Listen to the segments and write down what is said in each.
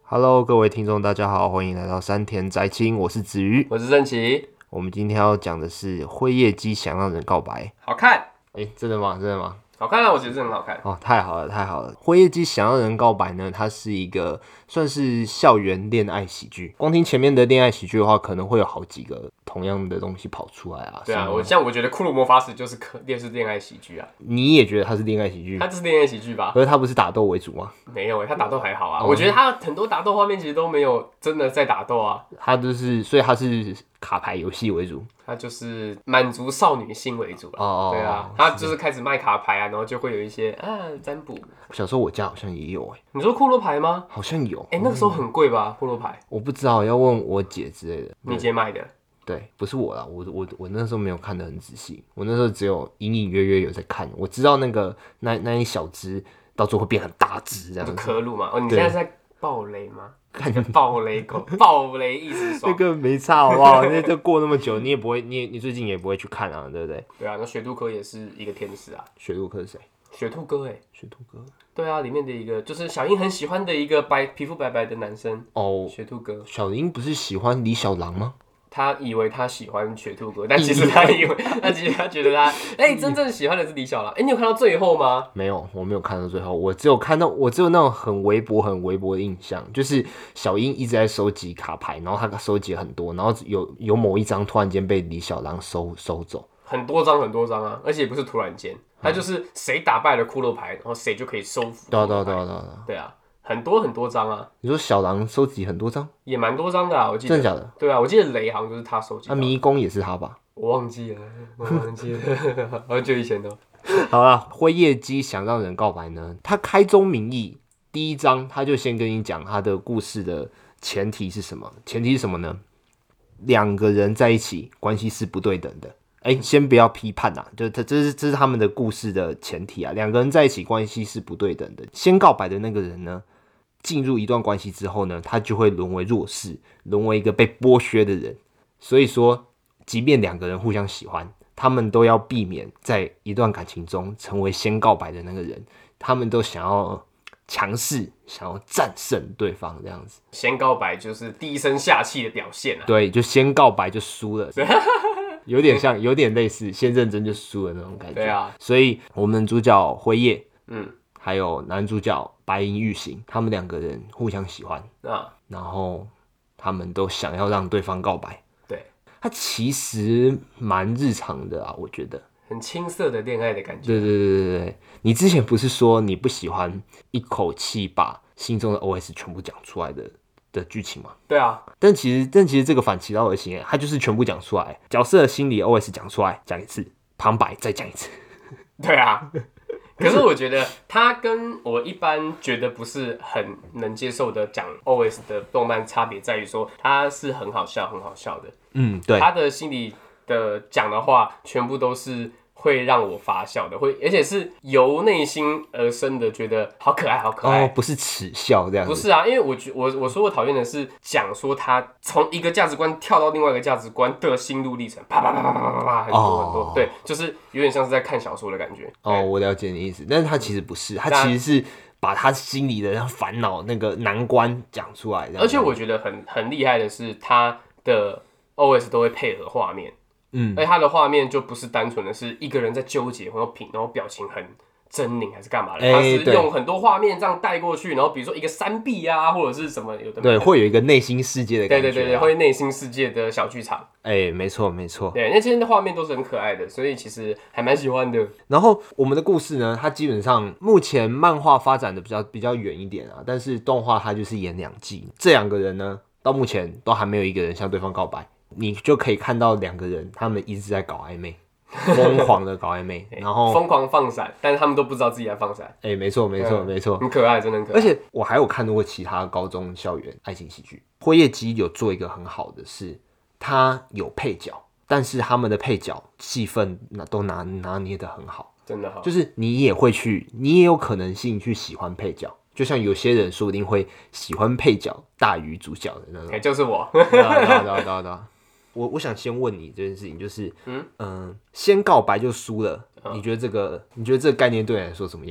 Hello，各位听众，大家好，欢迎来到山田宅青，我是子瑜， 我是郑奇。 我们今天要讲的是辉夜姬想让人告白。 好看， 真的吗？真的吗？ 好看啊！我觉得这很好看。 哦，太好了，太好了！辉夜姬想让人告白呢，它是一个算是校园恋爱喜剧。光听前面的恋爱喜剧的话，可能会有好几个同样的东西跑出来啊。 对啊，我觉得《库洛魔法使》就是恋爱喜剧啊。 你也觉得它是恋爱喜剧？ 它就是恋爱喜剧吧？ 可是它不是打斗为主吗？ 没有它打斗还好啊。我觉得它很多打斗画面其实都没有真的在打斗啊。 所以它是卡牌游戏为主。 它就是满足少女心为主了。对啊，它就是开始卖卡牌啊，然后就会有一些占卜。 小时候我家好像也有你说库洛牌吗？ 好像有。 那个时候很贵吧？库洛牌？ 我不知道，要问我姐之类的。 你姐买的？ 对，不是我啦，我那时候没有看得很仔细，我那时候只有隐隐约约有在看，我知道那一小只到最后会变很大只这样子。 科鲁嘛？你现在是在爆雷吗？看暴雷狗，暴雷一时爽。 那个没差好不好？那就过那么久，你也不会，你最近也不会去看啊，对不对？ 对啊，那雪兔哥也是一个天使啊。 雪兔哥是谁？ 雪兔哥雪兔哥。 对啊，里面的一个就是小樱很喜欢的一个皮肤白白的男生哦。雪兔哥。 小樱不是喜欢李小狼吗？ 他以为他喜欢雪兔哥，但其实他觉得他真正喜欢的是李小狼。你有看到最后吗？ 没有，我没有看到最后，我只有那种很微薄的印象，就是小樱一直在收集卡牌，然后他收集很多，然后有某一张突然间被李小狼收走， 很多张啊，而且也不是突然间，他就是谁打败了骷髅牌，然后谁就可以收服。对啊。很多张啊！ 你说小狼收集很多张， 也蛮多张的啊，我记得。 真的假的？ 对啊，我记得雷好像就是他收集。 迷宫也是他吧？ 我忘记了，好久以前的。 好啦，辉夜姬想让人告白呢，他开宗明义，第一章他就先跟你讲他的故事的前提是什么？前提是什么呢？两个人在一起，关系是不对等的。先不要批判啊，这是他们的故事的前提啊。两个人在一起，关系是不对等的。先告白的那个人呢，进入一段关系之后呢，他就会沦为弱势，沦为一个被剥削的人。所以说，即便两个人互相喜欢，他们都要避免在一段感情中成为先告白的那个人。他们都想要强势，想要战胜对方，这样子。 先告白就是低声下气的表现啊。 对，就先告白就输了。有点类似先认真就输了那种感觉。 对啊， 所以我们主角辉夜，还有男主角白银玉行，他们两个人互相喜欢然后他们都想要让对方告白。 对， 他其实蛮日常的啊，我觉得很青涩的恋爱的感觉。 对，你之前不是说你不喜欢一口气把心中的 OS 全部讲出来的剧情吗？ 对啊， 但其实这个反其道而行，他就是全部讲出来，角色的心理 OS 讲出来，讲一次，旁白再讲一次。 对啊，可是我觉得他跟我一般觉得不是很能接受的讲 OS 的动漫差别在于说，他是很好笑的。 对， 他的心里的讲的话全部都是会让我发笑的，而且是由内心而生的，觉得好可爱不是耻笑这样子。 不是啊，因为我说我讨厌的是讲说他从一个价值观跳到另外一个价值观的心路历程，啪很多，对，就是有点像是在看小说的感觉。 我了解你的意思，但是他其实不是，他其实是把他心里的烦恼那个难关讲出来。 而且我觉得很厉害的是，他的 OS 都会配合画面。而且他的画面就不是单纯的是一个人在纠结，然后表情很狰狞还是干嘛的，他是用很多画面这样带过去，然后比如说一个山壁啊，或者是什么有的。 对，会有一个内心世界的感觉。 对，会内心世界的小剧场。 没错。 对，那些的画面都是很可爱的，所以其实还蛮喜欢的。 然后我们的故事呢，它基本上目前漫画发展的比较远一点啊，但是动画它就是演2季，这两个人呢，到目前都还没有一个人向对方告白。你就可以看到两个人，他们一直在搞暧昧，疯狂的搞暧昧，然后疯狂放闪，但是他们都不知道自己在放闪。 没错， 很可爱，真的很可爱。 而且我还有看过其他高中校园爱情喜剧，辉夜姬有做一个很好的是，他有配角，但是他们的配角戏份都拿捏得很好， 真的好。 就是你也有可能性去喜欢配角。就像有些人说不定会喜欢配角大于主角的那种， 就是我。 对。我想先问你这件事情，就是先告白就输了，你觉得这个概念对你来说怎么样？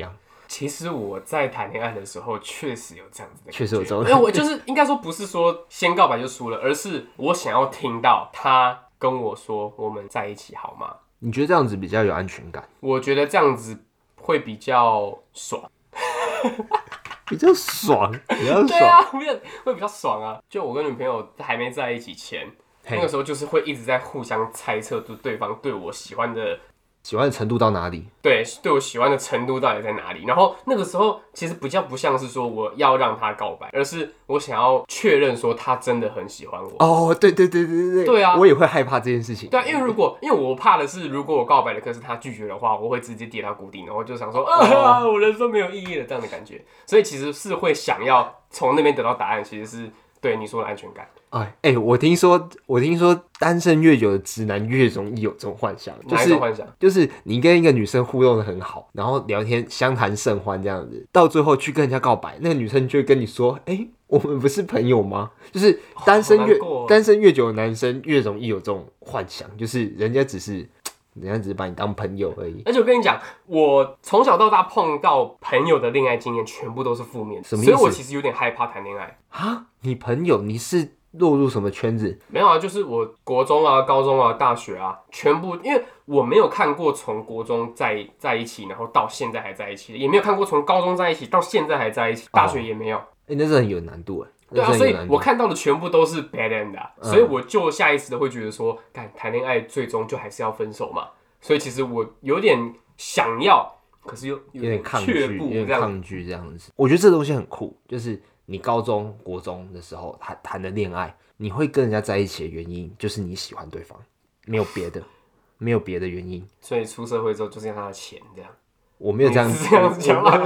其实我在谈恋爱的时候确实有这样子的感觉， 确实有这种， 因为我就是应该说不是说先告白就输了，而是我想要听到他跟我说我们在一起好吗？ 你觉得这样子比较有安全感？ 我觉得这样子会比较爽。 比较爽，比较爽。 对啊，会比较爽啊！就我跟女朋友还没在一起前，那个时候就是会一直在互相猜测，对方对我喜欢的程度到哪里？ 对我喜欢的程度到底在哪里？然后那个时候其实比较不像是说我要让他告白，而是我想要确认说他真的很喜欢我。 哦，对，对啊，我也会害怕这件事情。 对啊，因为我怕的是，如果我告白了，可是他拒绝的话，我会直接跌到谷底，然后就想说，我人生没有意义了这样的感觉。所以其实是会想要从那边得到答案，其实是对你说的安全感。 我听说单身越久的直男越容易有这种幻想， 哪一种幻想？ 就是你跟一个女生互动的很好，然后聊天相谈甚欢这样子，到最后去跟人家告白，那个女生就会跟你说，我们不是朋友吗？就是单身越久的男生越容易有这种幻想，就是人家只是把你当朋友而已。 而且我跟你讲，我从小到大碰到朋友的恋爱经验全部都是负面的， 什么意思？ 所以我其实有点害怕谈恋爱啊。你朋友你是落入什么圈子？ 没有啊，就是我国中啊、高中啊、大学啊，全部，因为我没有看过从国中在一起，然后到现在还在一起的，也没有看过从高中在一起到现在还在一起，大学也没有。 那是很有难度哎。 对啊，所以我看到的全部都是 bad end 啊，所以我就下意识的会觉得说，谈恋爱最终就还是要分手嘛。所以其实我有点想要，可是又有点抗拒， 有点抗拒这样子。我觉得这东西很酷，就是你高中、国中的时候谈的恋爱，你会跟人家在一起的原因就是你喜欢对方，没有别的原因。 所以出社会之后就是要他的钱这样。 我没有这样子讲吗？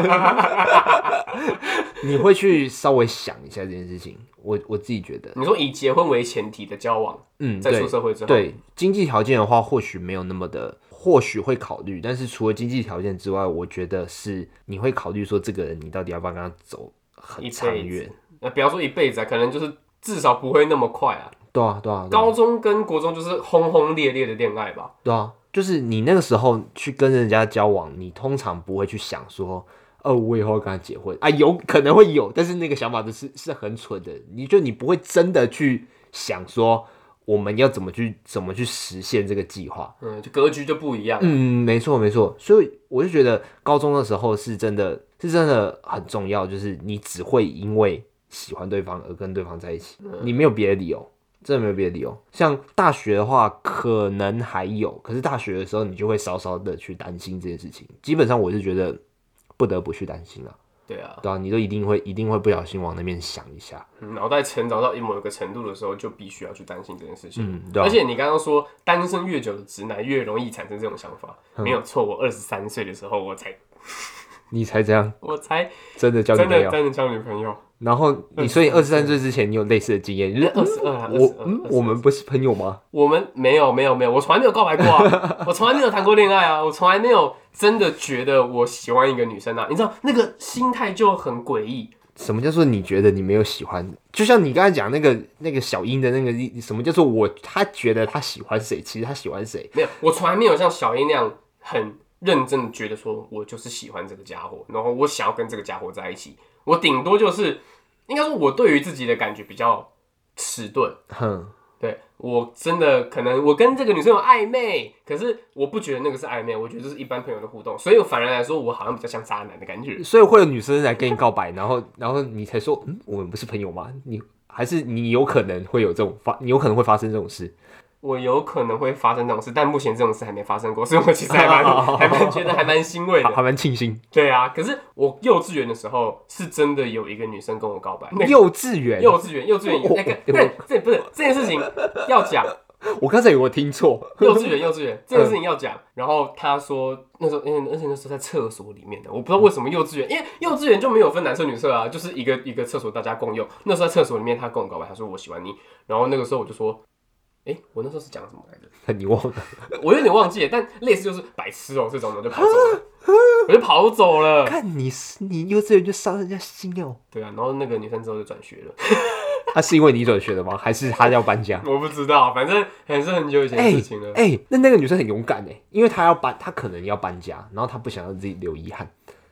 你会去稍微想一下这件事情。我自己觉得， 你说以结婚为前提的交往，在出社会之后， 对经济条件的话，或许没有那么的，或许会考虑，但是除了经济条件之外，我觉得是你会考虑说，这个人你到底要不要跟他走很长远？ 不要说一辈子啊，可能就是至少不会那么快啊。 对啊。 高中跟国中就是轰轰烈烈的恋爱吧。 对啊，就是你那个时候去跟人家交往，你通常不会去想说，我以后要跟他结婚啊，有可能会有，但是那个想法是很蠢的。你不会真的去想说，我们要怎么去实现这个计划。 就格局就不一样。 没错。所以我就觉得高中的时候是真的很重要，就是你只会因为喜欢对方而跟对方在一起，你没有别的理由。真的没有别的理由。像大学的话，可能还有，可是大学的时候你就会稍稍的去担心这件事情。基本上我是觉得不得不去担心了。 对啊， 你都一定会不小心往那边想一下。 脑袋成长到某一个程度的时候，就必须要去担心这件事情。 对啊。 而且你刚刚说单身越久的直男越容易产生这种想法，没有错。我23岁的时候你才这样？ 我才真的交女朋友， 真的交女朋友。 然后所以23岁之前你有类似的经验 ？22啊， 我们不是朋友吗？ 我们没有，我从来没有告白过啊，我从来没有谈过恋爱啊，我从来没有真的觉得我喜欢一个女生啊，你知道那个心态就很诡异。 什么叫做你觉得你没有喜欢？就像你刚才讲那个小英的那个，什么叫做他觉得他喜欢谁，其实他喜欢谁？ 没有，我从来没有像小英那样很认真的觉得说我就是喜欢这个家伙，然后我想要跟这个家伙在一起。我顶多就是应该说，我对于自己的感觉比较迟钝。对，我真的可能我跟这个女生有暧昧，可是我不觉得那个是暧昧，我觉得这是一般朋友的互动，所以反而来说，我好像比较像渣男的感觉。 所以会有女生来跟你告白，然后你才说，我们不是朋友吗？你有可能会有这种你有可能会发生这种事。 我有可能会发生这种事，但目前这种事还没发生过，所以我其实还蛮觉得还蛮欣慰的， 还蛮庆幸。 对啊，可是我幼稚园的时候是真的有一个女生跟我告白。 幼稚园， 那个，这不是这件事情要讲。 我刚才有没有听错？ 幼稚园这件事情要讲。然后他说那时候，而且那时候在厕所里面的，我不知道为什么幼稚园，因为幼稚园就没有分男厕女厕啊，就是一个厕所大家共用。那时候在厕所里面，他跟我告白，他说我喜欢你。然后那个时候我就说。我那时候是讲什么来着？ 你忘了？ 我有点忘记了，但类似就是白痴这种，我就跑走了，我就跑走了。 看你幼稚园就伤人家心哦。 对啊，然后那个女生之后就转学了。 他是因为你转学的吗？还是他要搬家？ 我不知道，反正还是很久以前的事情了。 那个女生很勇敢因为她可能要搬家，然后她不想让自己留遗憾，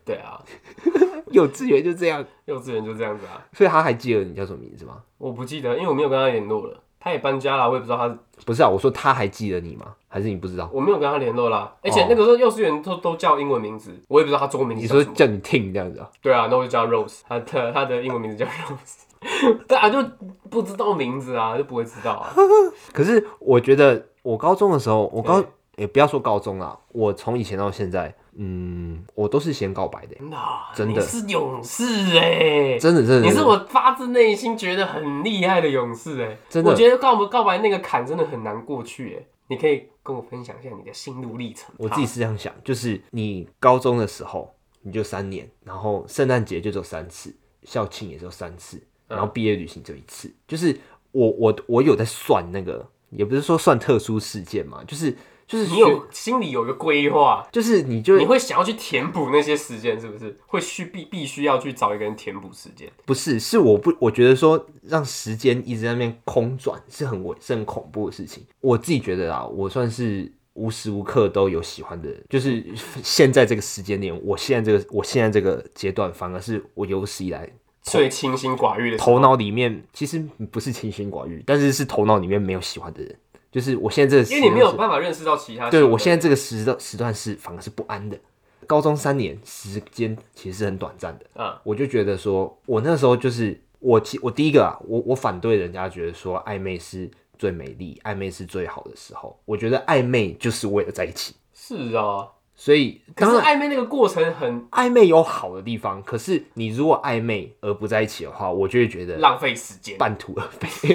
对啊， 幼稚园就这样， 幼稚园就这样子啊。 所以他还记得你叫什么名字吗？ 我不记得，因为我没有跟他联络了。他也搬家了，我也不知道他。 不是啊，我说他还记得你吗？还是你不知道？ 我没有跟他联络啦，而且那个时候幼稚园都叫英文名字，我也不知道他中文名字你叫什么。 说叫你 Ting 这样子啊？ 对啊，那我就叫 Rose， 他的英文名字叫 Rose， 对啊，就不知道名字啊，就不会知道啊。 可是我觉得我高中的时候，也不要说高中啦，我从以前到现在，我都是先告白的、真的。 你是勇士哎、 真的， 你是我发自内心觉得很厉害的勇士哎、 真的。 我觉得告白那个坎真的很难过去哎、你可以跟我分享一下你的心路历程。 我自己是这样想，就是你高中的时候你就3年，然后圣诞节就只有3次，校庆也只有3次，然后毕业旅行只有1次。就是我有在算那个，也不是说算特殊事件嘛，就是你有心里有一个规划， 就是你会想要去填补那些时间，是不是？会必须要去找一个人填补时间？ 不是，是我觉得说让时间一直在那边空转是很恐怖的事情。我自己觉得啊，我算是无时无刻都有喜欢的人，就是现在这个时间点，我现在这个阶段，反而是我有史以来最清心寡欲的时候。 头脑里面其实不是清心寡欲，但是头脑里面没有喜欢的人。就是我现在这个时段， 因为你没有办法认识到其他。 对，我现在这个时段是反而是不安的。高中3年时间其实是很短暂的，我就觉得说，我那时候就是我第一个啊，我反对人家觉得说暧昧是最美丽，暧昧是最好的时候。我觉得暧昧就是为了在一起。 是啊。 所以， 可是暧昧那个过程很暧昧有好的地方，可是你如果暧昧而不在一起的话，我就会觉得浪费时间， 半途而废。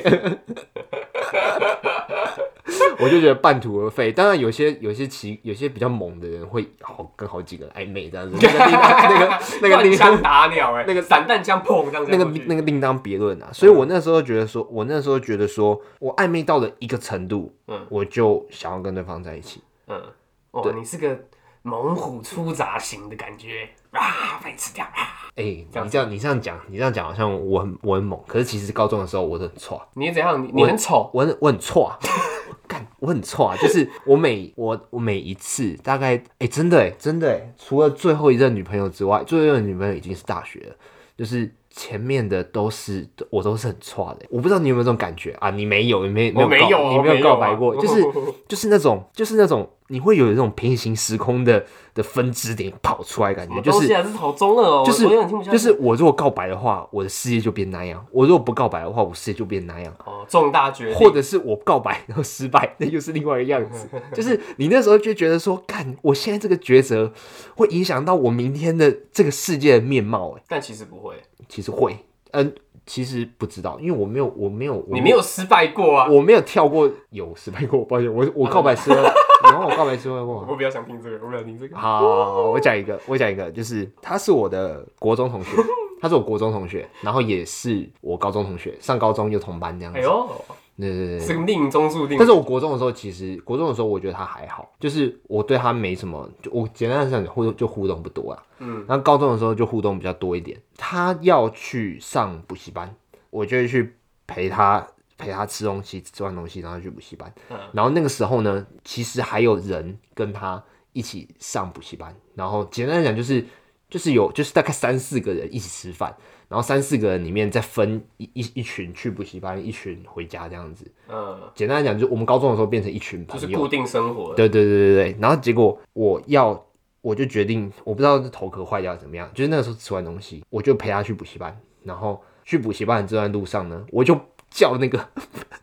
我就觉得半途而废。当然有些比较猛的人会跟好几个暧昧这样子，那个乱枪打鸟那个散弹枪砰这样子， 那个另当别论啊。所以我那时候觉得说，我暧昧到了一个程度，我就想要跟对方在一起。 对，你是个猛虎出闸型的感觉啊，被吃掉啊！ 你这样讲好像我很猛，可是其实高中的时候我都很挫。 你怎样？你很丑？ 我很挫。我很挫，就是我每一次大概真的，除了最后一任女朋友之外，最后一任女朋友已经是大学了，就是前面的我都是很挫的。我不知道你有没有这种感觉啊？你没有，你没有告白过，就是那种你会有这种平行时空的分支点跑出来，感觉就是好中二哦。 就是我如果告白的话，我的世界就变那样；我如果不告白的话，我世界就变那样。 重大决定， 或者是我告白然后失败，那又是另外一个样子。就是你那时候就觉得说，干，我现在这个抉择会影响到我明天的这个世界的面貌。 但其实不会， 其实会，其实不知道，因为我没有， 你没有失败过啊， 我没有跳过，有失败过，抱歉，我告白失败，然后我告白失败过。 我比较想听这个， 好，我讲一个，就是他是我的国中同学，他是我国中同学，然后也是我高中同学，上高中又同班这样子。对， 是个命中注定。 但是我国中的时候，我觉得他还好，就是我对他没什么，就我简单的讲就互动不多啊。然后高中的时候就互动比较多一点。他要去上补习班，我就会去陪他吃东西，吃完东西然后去补习班。然后那个时候呢，其实还有人跟他一起上补习班。然后简单的讲就是大概3-4个人一起吃饭。然后3-4个人里面再分一群去补习班，一群回家这样子。简单来讲，就我们高中的时候变成一群朋友， 就是固定生活。 对。然后结果我就决定，我不知道是头壳坏掉怎么样，就是那个时候吃完东西，我就陪他去补习班。然后去补习班的这段路上呢，我就叫那个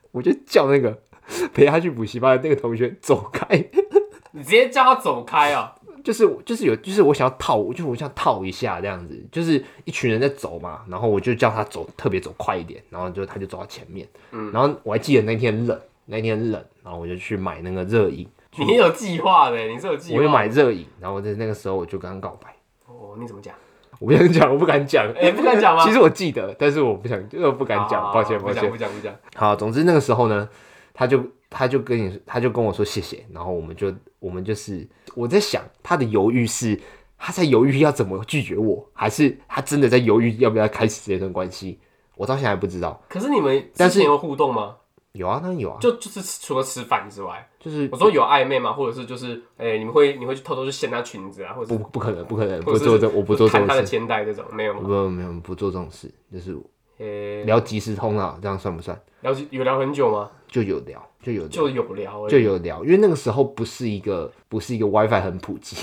陪他去补习班的那个同学走开。 你直接叫他走开啊？ 就是我想要套一下这样子，就是一群人在走嘛，然后我就叫他特别走快一点，然后他就走到前面，然后我还记得那天很冷，然后我就去买那个热饮。 你有计划的，你是有计划。 我就买热饮，然后在那个时候我就跟他告白。 你怎么讲？ 我不想讲，我不敢讲。 不敢讲吗？ 其实我记得，但是我不想，就是不敢讲，抱歉。 不讲。 好，总之那个时候呢，他就跟我说谢谢，然后我们就是我在想他的犹豫是他在犹豫要怎么拒绝我，还是他真的在犹豫要不要开始这段关系，我到现在还不知道。 可是你们之前有互动吗？ 有啊，当然有啊， 就是除了吃饭之外， 就是我说有暧昧吗？或者是就是你会去偷偷去掀她裙子啊，或者不可能，不可能， 或者是我不做这种看她的事， 肩带这种，没有吗？ 没有不做这种事，就是聊即时通啊，这样算不算？ 有聊很久吗？ 就有聊，因为那个时候不是一个 WiFi 很普及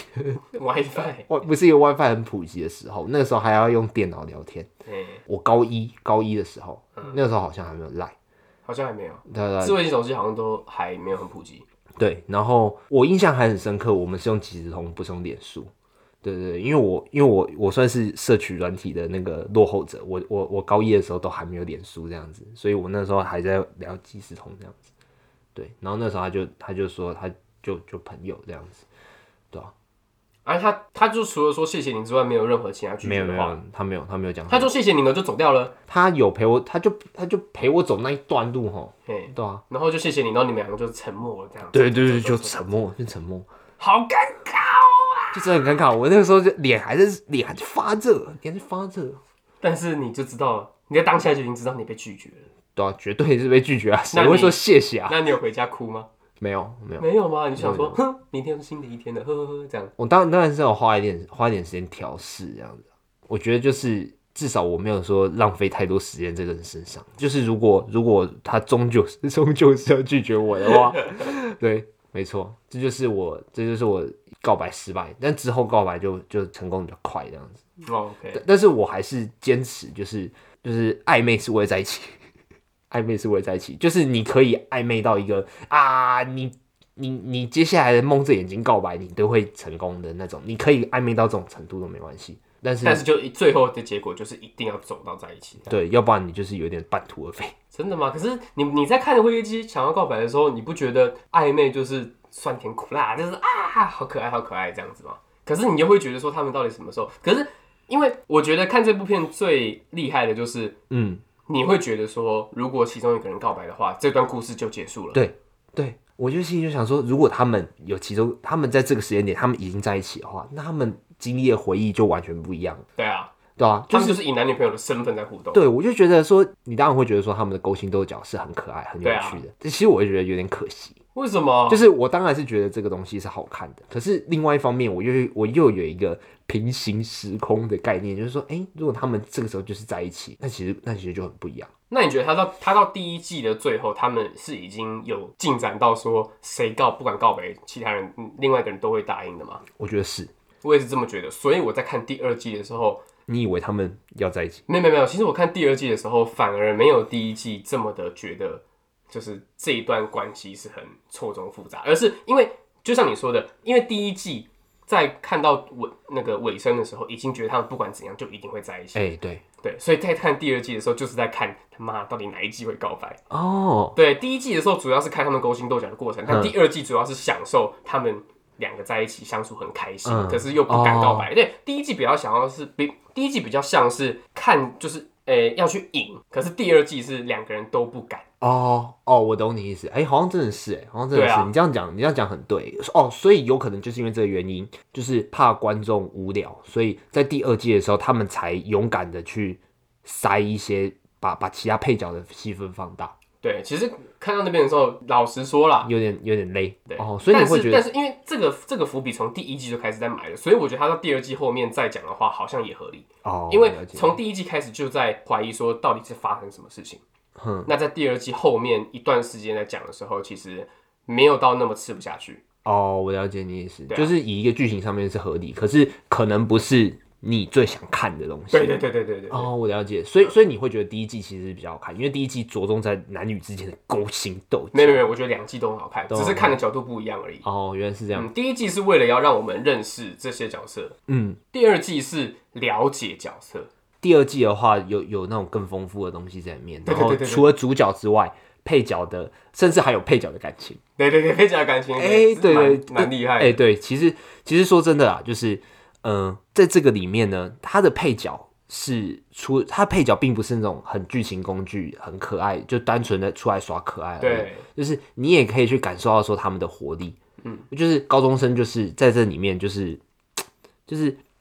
WiFi 不是一个 WiFi 很普及的时候，那个时候还要用电脑聊天。我高一的时候，那个时候好像还没有 Line， 好像还没有， 对， 智慧型手机好像都还没有很普及。 对，然后我印象还很深刻，我们是用即时通，不是用脸书。对，因为我算是社群软体的那个落后者，我高一的时候都还没有脸书这样子，所以我那时候还在聊即时通这样子。对，然后那时候他就说他就朋友这样子，对啊。 他就除了说谢谢你之外，没有任何其他拒绝的话。 没有，他没有讲。 他说谢谢你了就走掉了。 他有陪我，他就陪我走那一段路吼。对啊。 然后就谢谢你，然后你们两个就沉默了这样子。 对，就沉默， 好尴尬啊！ 就真的很尴尬。我那个时候就脸还是发热， 但是你就知道了，你在当下就已经知道你被拒绝了。 对啊，绝对是被拒绝啊！谁会说谢谢啊？ 那你有回家哭吗？ 没有吗？你想说，哼，明天是新的一天了，呵呵呵，这样。 我当然是有花一点时间调试这样子。我觉得就是至少我没有说浪费太多时间在这个人身上。就是如果他终究是要拒绝我的话，对，没错，这就是我告白失败，但之后告白就成功比较快这样子。 OK， 但是我还是坚持，就是暧昧是为了在一起。暧昧是会在一起，就是你可以暧昧到一个啊，你接下来的蒙着眼睛告白，你都会成功的那种。你可以暧昧到这种程度都没关系，但是就最后的结果就是一定要走到在一起。 对，要不然你就是有点半途而废。 真的吗？可是你在看会议机想要告白的时候，你不觉得暧昧就是酸甜苦辣，就是啊好可爱这样子吗？可是你又会觉得说他们到底什么时候？可是因为我觉得看这部片最厉害的就是你会觉得说，如果其中一个人告白的话，这段故事就结束了。 对，我就心里就想说，如果他们在这个时间点，他们已经在一起的话，那他们经历的回忆就完全不一样。 对啊， 他们就是以男女朋友的身份在互动。 对，我就觉得说，你当然会觉得说他们的勾心斗角是很可爱、很有趣的。其实我会觉得有点可惜。 为什么？ 就是我当然是觉得这个东西是好看的，可是另外一方面，我又有一个平行时空的概念，就是说，如果他们这个时候就是在一起，那其实就很不一样。 那你觉得他到第一季的最后，他们是已经有进展到说谁不管告白，其他人另外一个人都会答应的吗？ 我觉得是， 我也是这么觉得。所以我在看第二季的时候， 你以为他们要在一起？ 没有。其实我看第二季的时候，反而没有第一季这么的觉得，就是这一段关系是很错综复杂，而是因为就像你说的，因为第一季在看到那个尾声的时候，已经觉得他们不管怎样就一定会在一起。对，所以在看第二季的时候，就是在看他妈到底哪一季会告白。对，第一季的时候主要是看他们勾心斗角的过程，但第二季主要是享受他们两个在一起相处很开心，可是又不敢告白。对，第一季比较像是看就是要去赢，可是第二季是两个人都不敢。 我懂你意思。好像真的是，你这样讲很对。所以有可能就是因为这个原因，就是怕观众无聊，所以在第二季的时候，他们才勇敢的去塞一些把其他配角的戏份放大。 对，其实看到那边的时候，老实说啦， 有点累。 对， 所以你会觉得， 但是因为这个伏笔从第一季就开始在埋了，所以我觉得他到第二季后面再讲的话，好像也合理。因为从第一季开始就在怀疑说到底是发生什么事情。那在第二季后面一段时间在讲的时候，其实没有到那么吃不下去。 我了解你意思，就是以一个剧情上面是合理，可是可能不是你最想看的东西。 对。 我了解，所以你会觉得第一季其实比较好看，因为第一季着重在男女之间的勾心斗角。 没有，我觉得两季都很好看，只是看的角度不一样而已。 原来是这样。 第一季是为了要让我们认识这些角色，第二季是了解角色。 第二季的话有那种更丰富的东西在里面，然后除了主角之外，配角的甚至还有配角的感情。对， 配角的感情， 对， 蛮厉害的。 对，其实说真的啦，就是在这个里面呢，他的配角他配角并不是那种很剧情工具、很可爱，就单纯的出来耍可爱而已。 对， 就是你也可以去感受到说他们的活力。就是高中生就是在这里面就是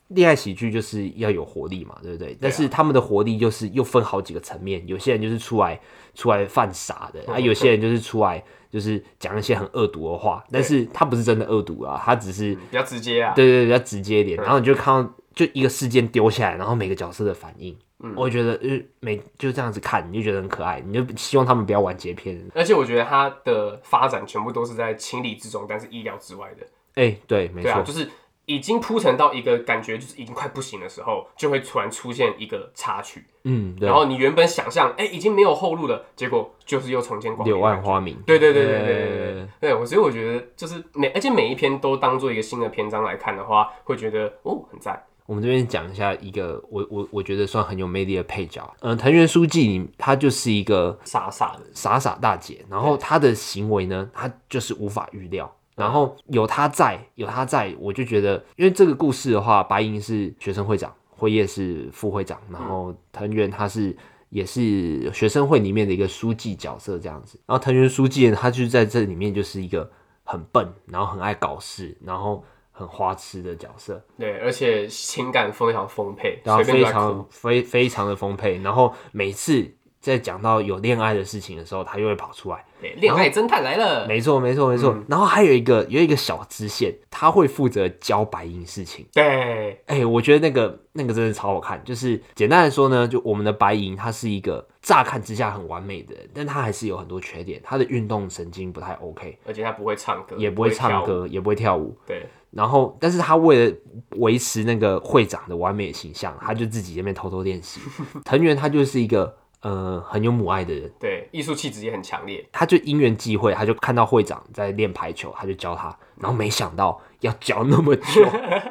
恋爱喜剧就是要有活力嘛，对不对？但是他们的活力就是又分好几个层面，有些人就是出来犯傻的，有些人就是出来就是讲一些很恶毒的话，但是他不是真的恶毒啊，他只是比较直接啊， 对，比较直接一点，然后你就看到就一个事件丢下来，然后每个角色的反应。我觉得就这样子看，你就觉得很可爱，你就希望他们不要完结篇。 而且我觉得他的发展全部都是在情理之中，但是意料之外的。 对，没错， 啊，就是已经铺陈到一个感觉就是已经快不行的时候，就会突然出现一个插曲。对。然后你原本想象已经没有后路了，结果就是又重见光明。 柳暗花明。 对，所以我觉得就是而且每一篇都当做一个新的篇章来看的话，会觉得很赞。 我们这边讲一下一个我觉得算很有魅力的配角，藤原书记她就是一个傻大姐，然后她的行为呢，她就是无法预料，然后有她在，我就觉得，因为这个故事的话，白银是学生会长，辉夜是副会长，然后藤原他也是学生会里面的一个书记角色这样子，然后藤原书记他就在这里面就是一个很笨，然后很爱搞事，然后很花痴的角色， 对，而且情感非常丰沛， 然后非常的丰沛，然后每次在讲到有恋爱的事情的时候，他又会跑出来， 对，恋爱侦探来了， 没错。然后还有一个小支线，他会负责教白银事情， 对， 我觉得那个真的超好看。就是简单来说呢，就我们的白银，他是一个乍看之下很完美的人，但他还是有很多缺点，他的运动神经不太 OK， 而且他不会唱歌， 也不会唱歌，也不会跳舞， 对。 然后，但是他为了维持那个会长的完美形象，他就自己在那边偷偷练习。藤原他就是一个很有母爱的人， 对，艺术气质也很强烈。 他就因缘际会，他就看到会长在练排球，他就教他，然后没想到要教那么久，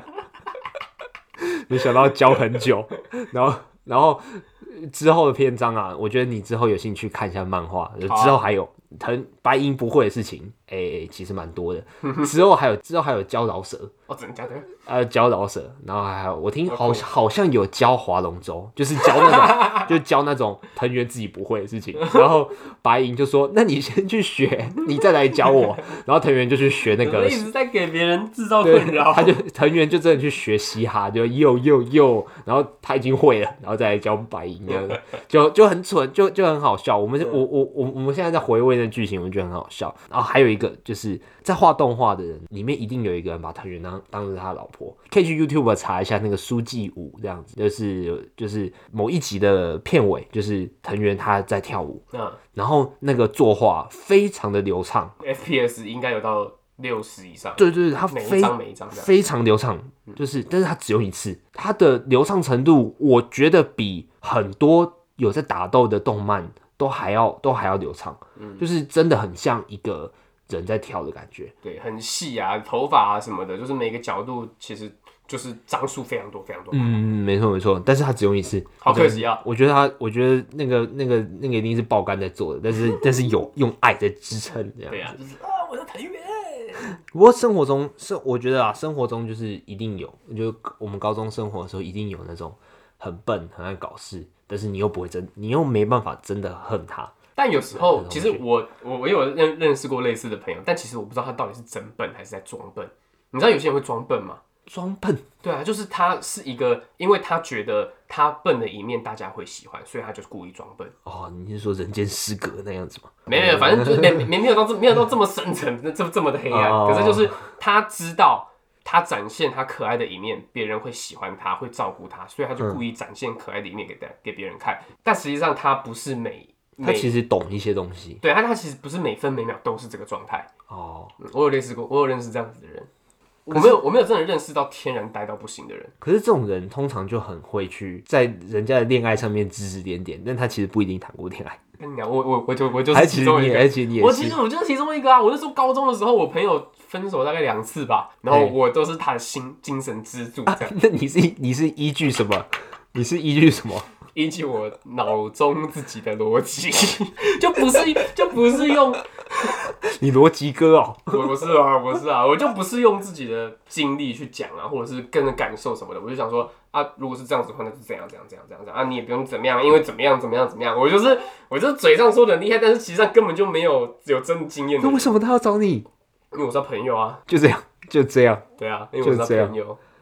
没想到教很久，然后之后的篇章啊，我觉得你之后有兴趣看一下漫画，之后还有白银不会的事情，其实蛮多的。之后还有教饶舌， 真的假的？ 教饶舌，然后还有我听好像有教划龙舟，就是教那种藤原自己不会的事情。然后白银就说：“那你先去学，你再来教我。”然后藤原就去学那个， 一直在给别人制造困扰。 藤原就真的去学嘻哈，就又，然后他已经会了，然后再来教白银，就很蠢，就很好笑。我们现在在回味那剧情，我们觉得很好笑。然后还有一个就是在画动画的人里面，一定有一个人把藤原当成他的老婆，可以去 YouTube 查一下那个书记舞这样子，就是某一集的片尾，就是藤原他在跳舞，然后那个作画非常的流畅 ，FPS 应该有到60以上， 对，他每一张非常流畅，但是他只用一次，他的流畅程度，我觉得比很多有在打斗的动漫都还要流畅，就是真的很像一个人在跳的感觉， 对，很细啊，头发啊什么的，就是每个角度其实就是张数非常多。 没错，但是他只用一次， 好可惜啊！ 我觉得那个一定是爆肝在做的，但是有用爱在支撑这样子。 对啊，就是我的藤原。 不过生活中我觉得生活中就是一定有，就我们高中生活的时候一定有那种很笨、很爱搞事，但是你又没办法真的恨他。 但有时候，其实我有认识过类似的朋友，但其实我不知道他到底是真笨还是在装笨。你知道有些人会装笨吗？ 装笨？对啊，就是他是一个，因为他觉得他笨的一面大家会喜欢，所以他就是故意装笨。 你是说人间失格那样子吗？ 没有，反正就是没有到这么深层，这么的黑暗。可是就是他知道他展现他可爱的一面，别人会喜欢他，会照顾他，所以他就故意展现可爱的一面给别人看。但实际上他不是他其实懂一些东西， 对，他其实不是每分每秒都是这个状态。我有认识这样子的人，我没有真的认识到天然呆到不行的人。 可是这种人通常就很会去在人家的恋爱上面指指点点，但他其实不一定谈过恋爱。 跟你讲，我就是其中一个，我就是其中一个啊！我那时候高中的时候，我朋友分手大概2次吧，然后我都是他的精神支柱。这样， 那你是依据什么？ 依据我脑中自己的逻辑，就不是用你逻辑哥哦， 我是啊，我就不是用自己的经历去讲啊，或者是跟着感受什么的，我就想说啊，如果是这样子的话，那就这样啊，你也不用怎么样，因为怎么样，我就是嘴上说的很厉害，但是其实上根本就没有真的经验的。 那为什么他要找你？ 因为我是他朋友啊， 就这样， 对啊，因为我是他朋友。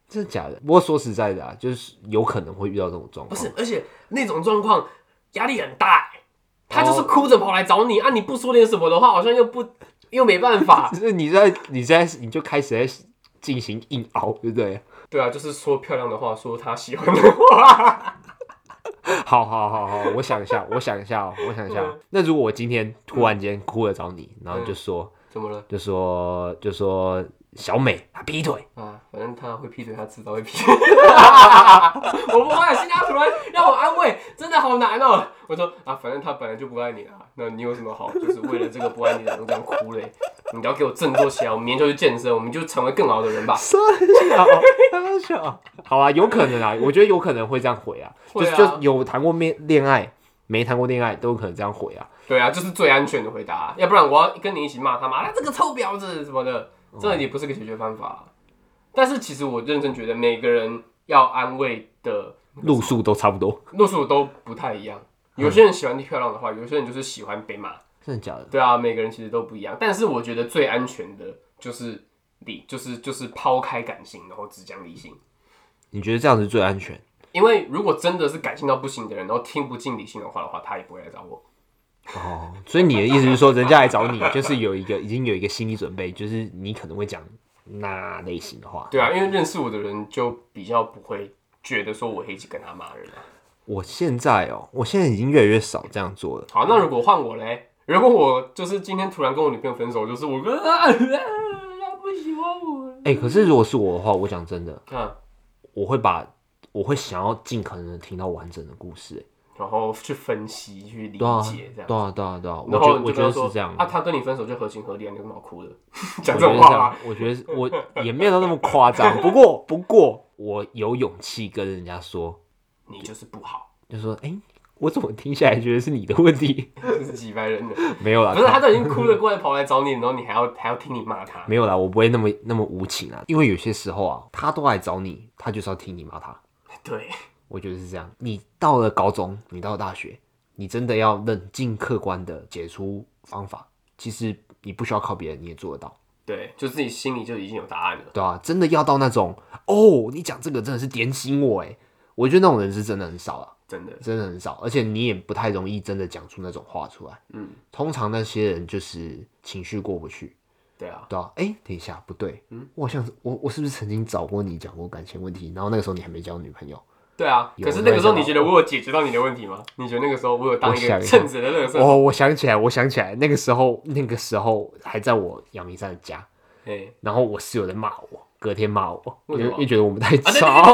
真的假的？不过说实在的啊，就是有可能会遇到这种状况。 不是，而且那种状况压力很大他就是哭着跑来找你啊！你不说点什么的话，好像又没办法。 就是你就开始在进行硬凹，对不对？ 对啊，就是说漂亮的话，说他喜欢的话。 好，我想一下。那如果我今天突然间哭了找你，然后就说怎么了？ 就说小美她劈腿啊，反正她会劈腿，她迟早会劈腿。我不会，新家突然让我安慰，真的好难哦。我说啊，反正她本来就不爱你啦，那你有什么好，就是为了这个不爱你的人这样哭嘞？你要给我振作起来，我明天就去健身，我们就成为更好的人吧。 三小，好啊，有可能啊，我觉得有可能会这样回啊，就有谈过恋爱，没谈过恋爱都有可能这样回啊。 对啊，就是最安全的回答，要不然我要跟你一起骂他妈这个臭婊子什么的。这也不是个解决方法，但是其实我认真觉得每个人要安慰的路数都差不多， 路数都不太一样。有些人喜欢漂亮的话，有些人就是喜欢被骂。 真的假的？ 对啊，每个人其实都不一样。但是我觉得最安全的就是就是抛开感性，然后只讲理性。 你觉得这样子最安全？ 因为如果真的是感性到不行的人，然后听不进理性的话的话，他也不会来找我。 哦，所以你的意思是说，人家来找你，就是已经有一个心理准备，就是你可能会讲那类型的话。 对啊，因为认识我的人就比较不会觉得说我会一直跟他骂人啊。 我现在已经越来越少这样做了。 好，那如果换我嘞？如果我就是今天突然跟我女朋友分手，就是我跟她不喜欢我。 可是如果是我的话，我讲真的，我会想要尽可能的听到完整的故事。 然后去分析、去理解，这样。 对啊。 然后我觉得是这样。 他跟你分手就合情合理啊，你有什么好哭的？讲这种话， 我觉得我也没有到那么夸张。不过我有勇气跟人家说， 你就是不好。 就说，我怎么听下来觉得是你的问题？ 这是几百人的， 没有啦。 不是，他都已经哭了过来跑来找你，然后你还要听你骂他。 没有啦，我不会那么无情啊。因为有些时候啊，他都来找你，他就是要听你骂他。 对。 我觉得是这样。你到了高中，你到了大学，你真的要冷静客观的解出方法。其实你不需要靠别人，你也做得到。 对，就自己心里就已经有答案了。 对啊，真的要到那种你讲这个真的是点醒我我觉得那种人是真的很少啊，真的很少，而且你也不太容易真的讲出那种话出来。通常那些人就是情绪过不去。对啊，等一下，不对，我好像我是不是曾经找过你讲过感情问题？然后那个时候你还没交女朋友。 对啊，可是那个时候你觉得我有解决到你的问题吗？你觉得那个时候我有当一个称职的垃圾？ 我想起来，那个时候还在我阳明山的家，然后我室友在骂我，隔天骂我，因为觉得我们太吵，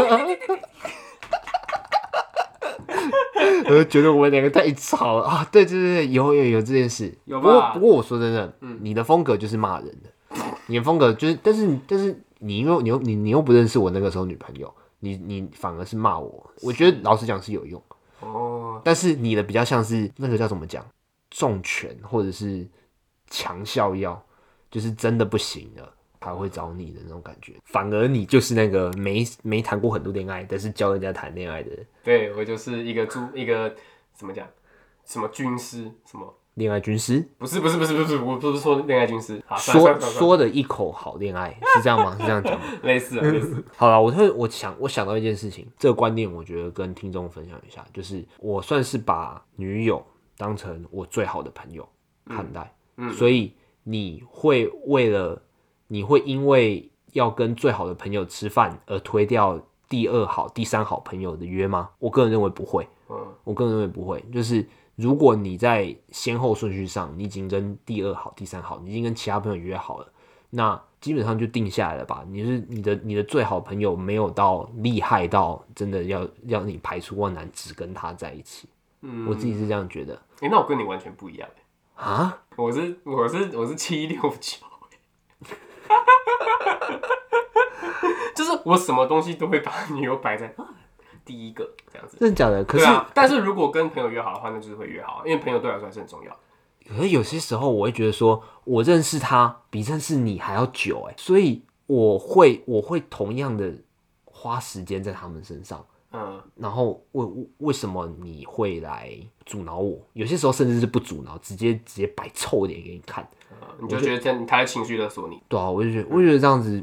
觉得我们两个太吵了啊！对，有这件事， 有吧？ 不过我说真的，你的风格就是骂人的，你的风格就是，但是你又不认识我那个时候女朋友。你反而是骂我，我觉得老实讲是有用但是你的比较像是那个叫怎么讲，重拳或者是强效药，就是真的不行了才会找你的那种感觉。反而你就是那个没谈过很多恋爱，但是教人家谈恋爱的人。 对，我就是一个怎么讲，什么军师什么。 恋爱军师？不是， 我不是说恋爱军师。 说的一口好恋爱是这样吗？是这样讲吗？ 类似。 好了，我想到一件事情，这个观念我觉得跟听众分享一下，就是我算是把女友当成我最好的朋友看待，所以你会因为要跟最好的朋友吃饭而推掉第二好、第三好朋友的约吗？我个人认为不会。就是如果你在先后顺序上，你已经跟第二好、第三好，你已经跟其他朋友约好了，那基本上就定下来了吧？你的最好朋友没有到厉害到真的要你排除万难只跟他在一起。我自己是这样觉得。 那我跟你完全不一样啊！ 我是769就是我什么东西都会把女友摆在第一个这样子。 真的假的？可是但是如果跟朋友约好的话，那就是会约好，因为朋友对我来说还是很重要。 可是有些时候我会觉得说，我认识他比认识你还要久所以我会同样的花时间在他们身上。然后为什么你会来阻挠我？有些时候甚至是不阻挠，直接摆臭脸给你看。 你就觉得他在情绪勒索你？ 对啊，我就觉得这样子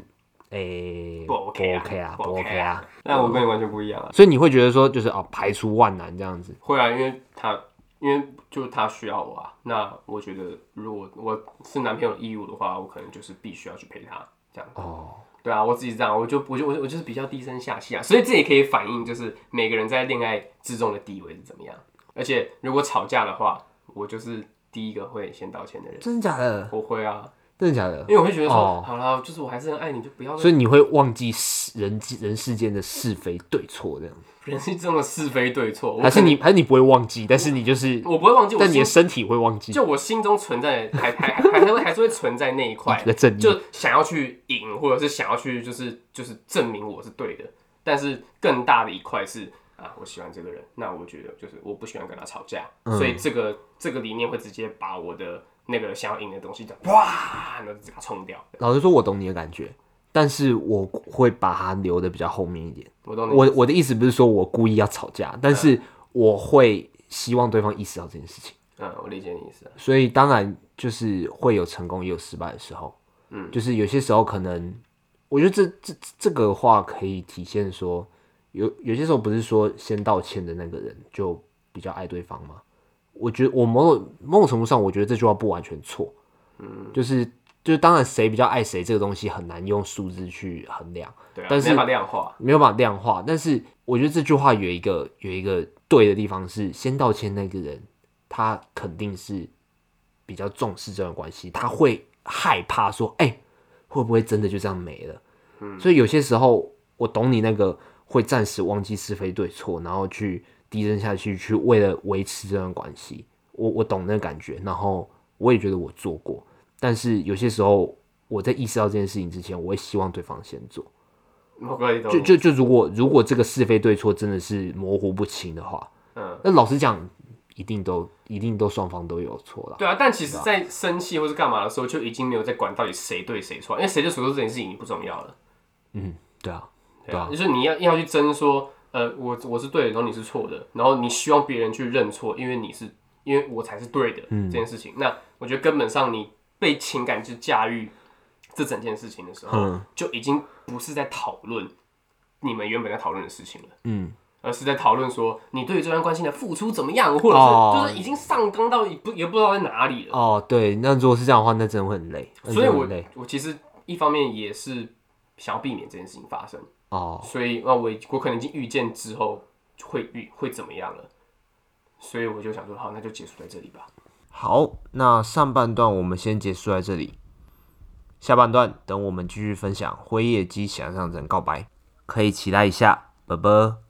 不 OK 啊， 不 OK 啊。 那我跟你完全不一样啊。 所以你会觉得说，就是排除万难这样子。 会啊，因为就是他需要我啊。那我觉得，如果我是男朋友的义务的话，我可能就是必须要去陪他这样。对啊，我自己这样，我就是比较低声下气啊。所以这也可以反映，就是每个人在恋爱之中的地位是怎么样。而且如果吵架的话，我就是第一个会先道歉的人。 真的假的？ 我会啊。 真的假的？ 因为我会觉得说，好啦，就是我还是很爱你，就不要。 所以你会忘记人世间的是非对错这样。 人世中的是非对错， 还是你不会忘记，但是你就是我不会忘记， 但你的身体会忘记。 就我心中存在还是会存在那一块，就想要去赢，或者是想要去就是证明我是对的。但是更大的一块是我喜欢这个人，那我觉得就是我不喜欢跟他吵架，所以这个里面会直接把我的那个想要赢的东西哇，然后就给它冲掉。 老实说，我懂你的感觉。但是我会把它留的比较后面一点。我的意思不是说我故意要吵架，但是我会希望对方意识到这件事情。 我理解你意思。 所以当然就是会有成功也有失败的时候。就是有些时候可能，我觉得这个话可以体现说，有些时候不是说先道歉的那个人就比较爱对方吗？我觉得我某种程度上，我觉得这句话不完全错。就是当然谁比较爱谁这个东西很难用数字去衡量， 对啊， 但是没有办法量化。但是我觉得这句话有一个对的地方是，先道歉那个人他肯定是比较重视这段关系，他会害怕说，会不会真的就这样没了？所以有些时候我懂你那个会暂时忘记是非对错，然后去低声下气去为了维持这段关系，我懂那个感觉，然后我也觉得我做过。但是有些时候，我在意识到这件事情之前，我会希望对方先做。就如果这个是非对错真的是模糊不清的话，那老实讲，一定都双方都有错了。 对啊，但其实，在生气或是干嘛的时候，就已经没有在管到底谁对谁错，因为谁对谁错这件事情已经不重要了。 对啊， 就是你要去争说，我是对的，然后你是错的，然后你希望别人去认错，因为我才是对的这件事情。那我觉得根本上你被情感去驾驭这整件事情的时候，就已经不是在讨论你们原本在讨论的事情了，而是在讨论说你对于这段关系的付出怎么样，或者是就是已经上纲到也不知道在哪里了。 对，那如果是这样的话，那真的会很累。 所以我其实一方面也是想要避免这件事情发生，所以我可能已经预见之后会怎么样了，所以我就想说，好，那就结束在这里吧。 好，那上半段我们先结束在这里，下半段等我们继续分享《辉夜姬想象人告白》，可以期待一下，拜拜。